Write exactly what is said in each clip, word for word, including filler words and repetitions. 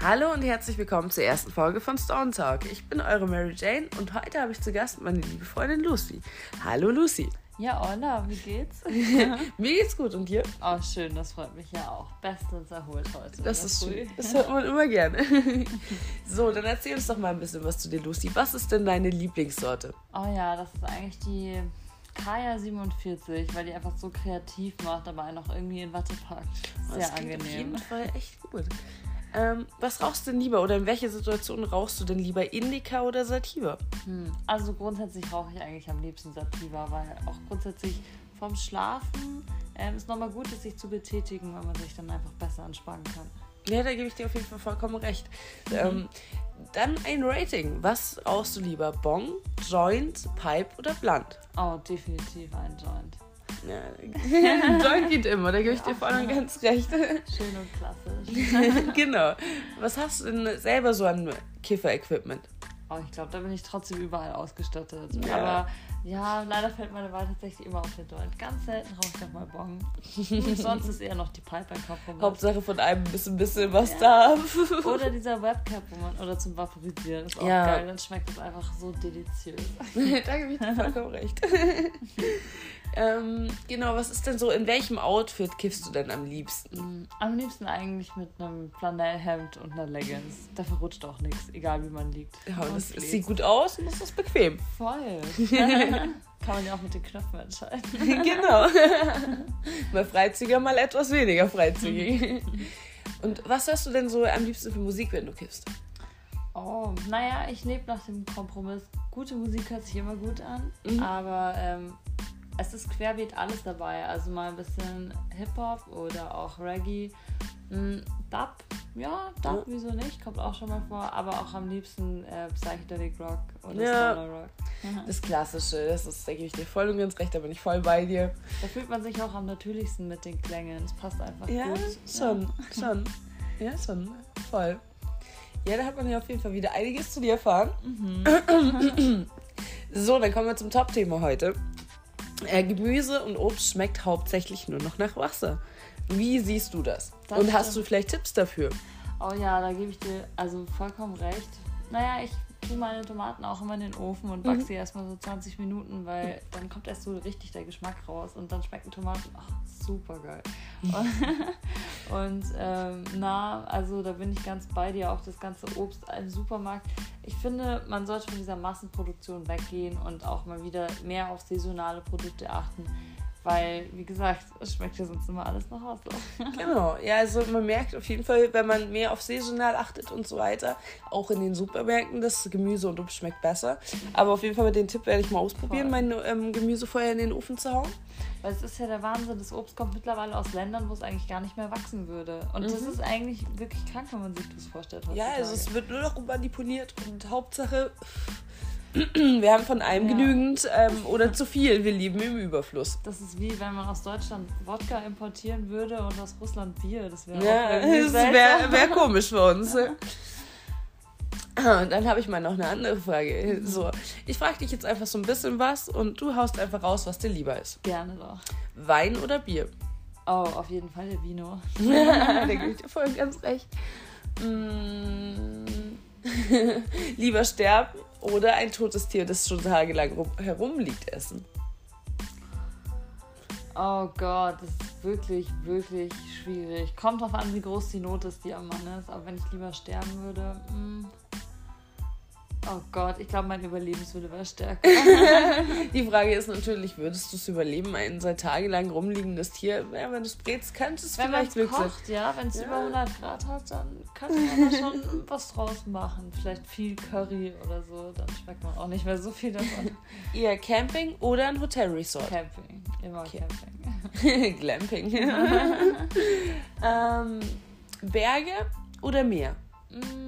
Hallo und herzlich willkommen zur ersten Folge von Stone Talk. Ich bin eure Mary Jane und heute habe ich zu Gast meine liebe Freundin Lucy. Hallo Lucy. Ja, Hola, wie geht's? Mir geht's gut und dir? Oh, schön, das freut mich ja auch. Bestens erholt heute. Das ist schön. Das hört man immer gerne. So, dann erzähl uns doch mal ein bisschen was zu dir, Lucy. Was ist denn deine Lieblingssorte? Oh ja, das ist eigentlich die Kaya siebenundvierzig, weil die einfach so kreativ macht, aber einen auch irgendwie in Watte packt. Sehr das klingt angenehm. Auf jeden Fall echt gut. Ähm, was rauchst du denn lieber oder in welcher Situation rauchst du denn lieber, Indica oder Sativa? Hm. Also grundsätzlich rauche ich eigentlich am liebsten Sativa, weil auch grundsätzlich vom Schlafen ähm, ist nochmal gut, es sich zu betätigen, weil man sich dann einfach besser entspannen kann. Ja, da gebe ich dir auf jeden Fall vollkommen recht. Mhm. Ähm, dann ein Rating. Was rauchst du lieber? Bong, Joint, Pipe oder Blunt? Oh, definitiv ein Joint. Ja, Joint geht immer, da gebe ich dir voll und ganz recht. Schön und klassisch. Genau. Was hast du denn selber so an Kiffer-Equipment? Oh, ich glaube, da bin ich trotzdem überall ausgestattet. Ja. Aber ja, leider fällt meine Wahl tatsächlich immer auf den Joint. Ganz selten rauche ich noch mal Bong. Sonst ist eher noch die Pipe ein Kompromiss. Hauptsache von einem ist ein bisschen was ja. da. Oder dieser Webcap, wo man, oder zum Vaporisieren, ist auch ja. geil. Dann schmeckt es einfach so deliziös. Da gebe ich dir vollkommen recht. ähm, genau, was ist denn so, in welchem Outfit kiffst du denn am liebsten? Am liebsten eigentlich mit einem Flanellhemd und einer Leggings. Da verrutscht auch nichts, egal wie man liegt. Ja, und das es sieht gut aus und es ist bequem. Voll. Kann man ja auch mit den Knöpfen entscheiden. Genau. Mal freizügiger, mal etwas weniger freizügig. Und was hörst du denn so am liebsten für Musik, wenn du kiffst? Oh, naja, ich lebe nach dem Kompromiss. Gute Musik hört sich immer gut an, mhm. aber ähm, es ist querbeet alles dabei. Also mal ein bisschen Hip-Hop oder auch Reggae. Mhm, Dub, ja, Dub, ja. Wieso nicht? Kommt auch schon mal vor. Aber auch am liebsten äh, Psychedelic Rock oder ja. Stoner Rock. Das Klassische, das ist, da gebe ich dir voll und ganz recht, da bin ich voll bei dir. Da fühlt man sich auch am natürlichsten mit den Klängen. Es passt einfach ja, gut. Schon, ja, schon. Ja, schon. Voll. Ja, da hat man ja auf jeden Fall wieder einiges zu dir erfahren. Mhm. So, dann kommen wir zum Top-Thema heute. Äh, Gemüse und Obst schmeckt hauptsächlich nur noch nach Wasser. Wie siehst du das? das und hast stimmt. du vielleicht Tipps dafür? Oh ja, da gebe ich dir also vollkommen recht. Naja, ich tue meine Tomaten auch immer in den Ofen und backe mhm. sie erstmal so zwanzig Minuten, weil dann kommt erst so richtig der Geschmack raus und dann schmecken Tomaten oh, super geil. Mhm. Und ähm, na, also da bin ich ganz bei dir, auch das ganze Obst im Supermarkt. Ich finde, man sollte von dieser Massenproduktion weggehen und auch mal wieder mehr auf saisonale Produkte achten. Weil, wie gesagt, es schmeckt ja sonst immer alles nach Wasser. Genau, ja, also man merkt auf jeden Fall, wenn man mehr auf saisonal achtet und so weiter, auch in den Supermärkten, das Gemüse und Obst schmeckt besser. Aber auf jeden Fall mit dem Tipp werde ich mal ausprobieren, Voll. mein ähm, Gemüse vorher in den Ofen zu hauen. Weil es ist ja der Wahnsinn, das Obst kommt mittlerweile aus Ländern, wo es eigentlich gar nicht mehr wachsen würde. Und mhm. das ist eigentlich wirklich krank, wenn man sich das vorstellt. Ja, also es wird nur noch manipuliert und Hauptsache... Wir haben von allem ja. genügend ähm, oder zu viel. Wir leben im Überfluss. Das ist wie, wenn man aus Deutschland Wodka importieren würde und aus Russland Bier. Das wäre ja, das wäre wär komisch für uns. Und dann habe ich mal noch eine andere Frage. Mhm. So, ich frage dich jetzt einfach so ein bisschen was und du haust einfach raus, was dir lieber ist. Gerne doch. Wein oder Bier? Oh, auf jeden Fall der Vino. Da gebe ich dir voll ganz recht. Mm. Lieber sterben oder ein totes Tier, das schon tagelang rum, herumliegt, essen? Oh Gott, das ist wirklich, wirklich schwierig. Kommt drauf an, wie groß die Not ist, die am Mann ist. Aber wenn ich lieber sterben würde... Mh. Oh Gott, ich glaube, mein Überlebenswille wäre stärker. Die Frage ist natürlich, würdest du es überleben, ein seit tagelang rumliegendes Tier? Ja, wenn du es brätst, kannst du es vielleicht glücklich. Wenn man kocht, ja, wenn es ja. über hundert Grad hat, dann könnte man da schon was draus machen. Vielleicht viel Curry oder so, dann schmeckt man auch nicht mehr so viel davon. Eher Camping oder ein Hotelresort? Camping, immer okay. Camping. Glamping. ähm, Berge oder Meer? Mm.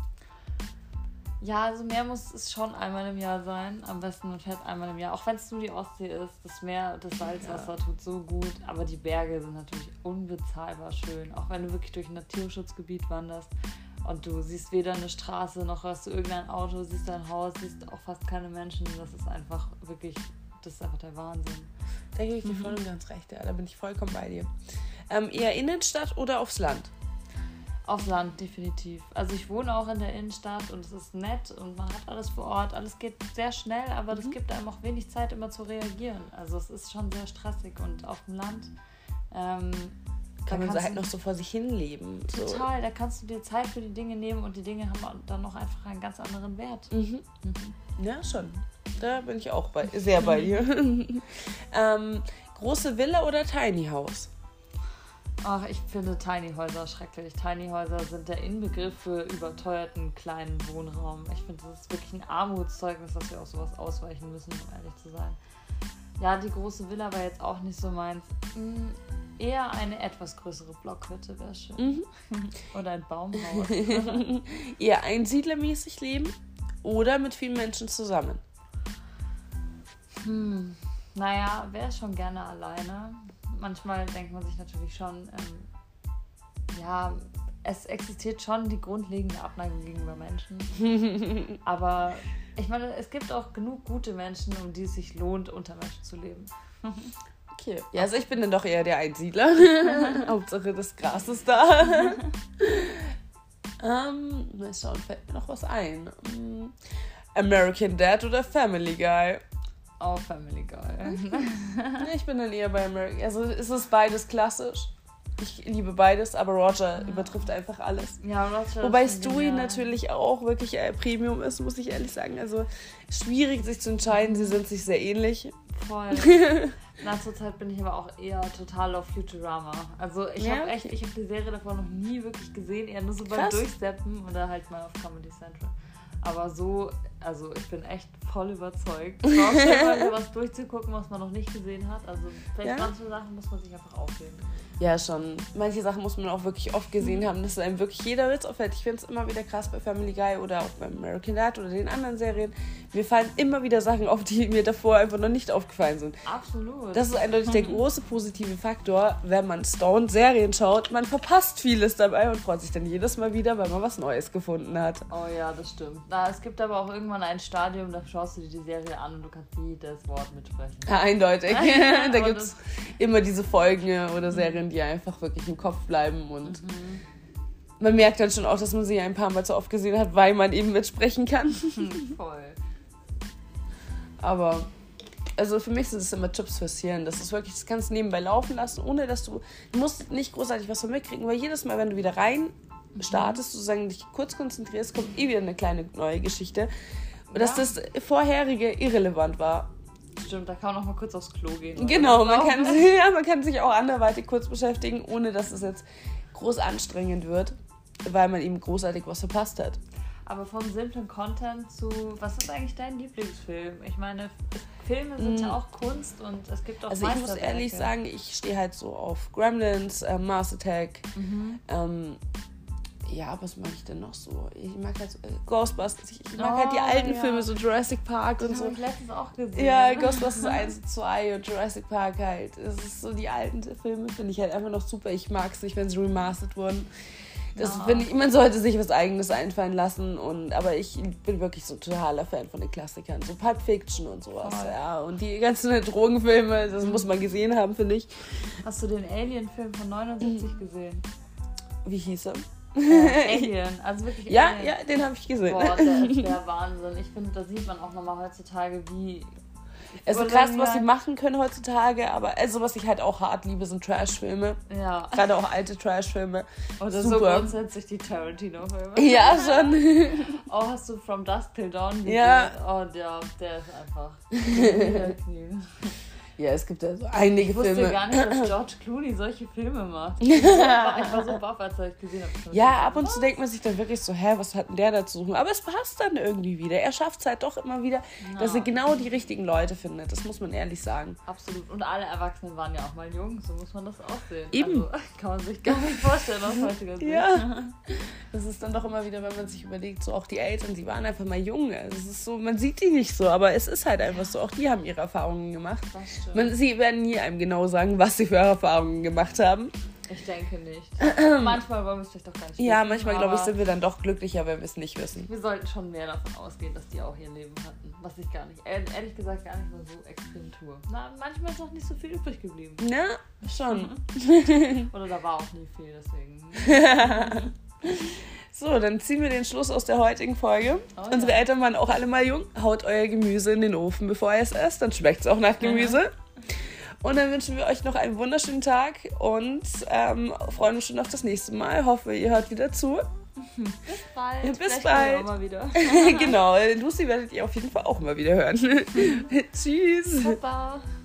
Ja, also Meer muss es schon einmal im Jahr sein. Am besten man fährt einmal im Jahr. Auch wenn es nur die Ostsee ist. Das Meer, das Salzwasser ja. tut so gut. Aber die Berge sind natürlich unbezahlbar schön. Auch wenn du wirklich durch ein Naturschutzgebiet wanderst und du siehst weder eine Straße noch hörst du irgendein Auto, siehst ein Haus, siehst auch fast keine Menschen. Das ist einfach wirklich, das ist einfach der Wahnsinn. Da gebe ich dir voll und ganz recht. Ja, da bin ich vollkommen bei dir. Ähm, eher Innenstadt oder aufs Land? Aufs Land, definitiv. Also ich wohne auch in der Innenstadt und es ist nett und man hat alles vor Ort. Alles geht sehr schnell, aber das mhm. gibt einem auch wenig Zeit, immer zu reagieren. Also es ist schon sehr stressig und auf dem Land ähm, kann man so halt noch so vor sich hin leben. Total, so. Da kannst du dir Zeit für die Dinge nehmen und die Dinge haben dann noch einfach einen ganz anderen Wert. Mhm. Mhm. Ja, schon. Da bin ich auch bei, sehr bei dir. ähm, große Villa oder Tiny House? Ach, ich finde Tiny Häuser schrecklich. Tiny Häuser sind der Inbegriff für überteuerten kleinen Wohnraum. Ich finde, das ist wirklich ein Armutszeugnis, dass wir auf sowas ausweichen müssen, um ehrlich zu sein. Ja, die große Villa war jetzt auch nicht so meins. Hm, eher eine etwas größere Blockhütte wäre schön. Mhm. Oder ein Baumhaus. Eher einsiedlermäßig leben oder mit vielen Menschen zusammen? Hm, naja, wäre schon gerne alleine. Manchmal denkt man sich natürlich schon, ähm, ja, es existiert schon die grundlegende Abneigung gegenüber Menschen. Aber ich meine, es gibt auch genug gute Menschen, um die es sich lohnt, unter Menschen zu leben. Okay. Ja, also ich bin dann doch eher der Einsiedler. Hauptsache das Gras ist da. ähm, mal schauen, fällt mir noch was ein. American Dad oder Family Guy? Oh, Family Guy. Ich bin dann eher bei American. Also es ist beides klassisch. Ich liebe beides, aber Roger ja. übertrifft einfach alles. Ja, Roger. Wobei Stewie natürlich auch wirklich äh, Premium ist, muss ich ehrlich sagen. Also schwierig sich zu entscheiden, sie sind sich sehr ähnlich. Voll. Na, zurzeit bin ich aber auch eher total auf Futurama. Also ich ja, habe okay. echt, ich habe die Serie davor noch nie wirklich gesehen, eher nur so beim Krass. Durchsteppen oder halt mal auf Comedy Central. Aber so, also ich bin echt voll überzeugt. Es braucht immer so was durchzugucken, was man noch nicht gesehen hat. Also vielleicht ja? manche Sachen muss man sich einfach aufheben. Ja, schon. Manche Sachen muss man auch wirklich oft gesehen haben, dass einem wirklich jeder Witz auffällt. Ich finde es immer wieder krass bei Family Guy oder auch bei American Dad oder den anderen Serien. Mir fallen immer wieder Sachen auf, die mir davor einfach noch nicht aufgefallen sind. Absolut. Das ist eindeutig der große positive Faktor, wenn man Stone-Serien schaut. Man verpasst vieles dabei und freut sich dann jedes Mal wieder, weil man was Neues gefunden hat. Oh ja, das stimmt. Na, es gibt aber auch irgendwann ein Stadium, da schaust du dir die Serie an und du kannst jedes Wort mitsprechen. Ja, eindeutig. Da gibt es immer diese Folgen oder Serien, die einfach wirklich im Kopf bleiben und mhm. man merkt dann schon auch, dass man sie ein paar Mal zu oft gesehen hat, weil man eben mitsprechen kann. Voll. Aber also für mich sind es immer Tipps fürs Hirn. Das ist wirklich, das kannst du nebenbei laufen lassen, ohne dass du, du musst nicht großartig was von mitkriegen, weil jedes Mal, wenn du wieder rein startest, sozusagen dich kurz konzentrierst, kommt eh wieder eine kleine neue Geschichte. Und dass ja. das vorherige irrelevant war. Stimmt, da kann man noch mal kurz aufs Klo gehen. Genau, man kann, ja, man kann sich auch anderweitig kurz beschäftigen, ohne dass es jetzt groß anstrengend wird, weil man eben großartig was verpasst hat. Aber vom simplen Content zu, was ist eigentlich dein Lieblingsfilm? Ich meine, Filme sind mm. ja auch Kunst und es gibt auch Also ich muss ehrlich sagen, ich stehe halt so auf Gremlins, äh, Mars Attack, mhm. ähm, ja, was mag ich denn noch so? Ich mag halt so, äh, Ghostbusters. Ich, ich mag oh, halt die alten ja. Filme, so Jurassic Park das und so. Das habe ich letztens auch gesehen. Ja, Ghostbusters eins und zwei und Jurassic Park halt. Das ist so, die alten Filme finde ich halt einfach noch super. Ich mag es nicht, wenn sie remastered wurden. Das ja. finde ich, man sollte sich was Eigenes einfallen lassen. Und, aber ich bin wirklich so totaler Fan von den Klassikern. So Pulp Fiction und sowas. Oh. Ja. Und die ganzen Drogenfilme, das muss man gesehen haben, finde ich. Hast du den Alien-Film von neunundsiebzig gesehen? Wie hieß er? Äh, Alien, also wirklich ja, Alien. Ja, den habe ich gesehen. Boah, der ist der Wahnsinn. Ich finde, da sieht man auch nochmal heutzutage, wie... Es ist krass, was sie machen können heutzutage, aber also was ich halt auch hart liebe, sind Trash-Filme. Ja. Gerade auch alte Trash-Filme. Oder super. So grundsätzlich die Tarantino-Filme. Ja, schon. Oh, hast du From Dusk Till Dawn gesehen? Ja. Oh, der, der ist einfach... Ja, es gibt ja so einige Filme. Ich wusste Filme. gar nicht, dass George Clooney solche Filme macht. Ich war, ich war so baff, als ich gesehen habe. Ja, ab und zu denkt man sich dann wirklich so, hä, was hat denn der da zu suchen? Aber es passt dann irgendwie wieder. Er schafft es halt doch immer wieder, ja. dass er genau die richtigen Leute findet. Das muss man ehrlich sagen. Absolut. Und alle Erwachsenen waren ja auch mal jung, so muss man das auch sehen. Eben. Also, kann man sich gar nicht vorstellen aus heutiger Sicht. Ja. Das ist dann doch immer wieder, wenn man sich überlegt, so auch die Eltern, die waren einfach mal jung. Also es ist so, man sieht die nicht so, aber es ist halt einfach so. Auch die haben ihre Erfahrungen gemacht. Das stimmt. Man, sie werden nie einem genau sagen, was sie für Erfahrungen gemacht haben. Ich denke nicht. Manchmal wollen wir es vielleicht doch gar nicht Ja, wissen, manchmal, glaube ich, sind wir dann doch glücklicher, wenn wir es nicht wissen. Wir sollten schon mehr davon ausgehen, dass die auch ihr Leben hatten. Was ich gar nicht, ehrlich gesagt, gar nicht mal so extrem tue. Na, manchmal ist noch nicht so viel übrig geblieben. Ja, schon. Oder da war auch nie viel, deswegen. So, dann ziehen wir den Schluss aus der heutigen Folge. Oh, Unsere ja. Eltern waren auch alle mal jung. Haut euer Gemüse in den Ofen, bevor ihr es esst. Dann schmeckt es auch nach Gemüse. Und dann wünschen wir euch noch einen wunderschönen Tag und ähm, freuen uns schon auf das nächste Mal. Hoffe, ihr hört wieder zu. Bis bald. Ja, bis Vielleicht bald. kommen wir auch mal wieder. Genau, Lucy werdet ihr auf jeden Fall auch mal wieder hören. Tschüss. Baba.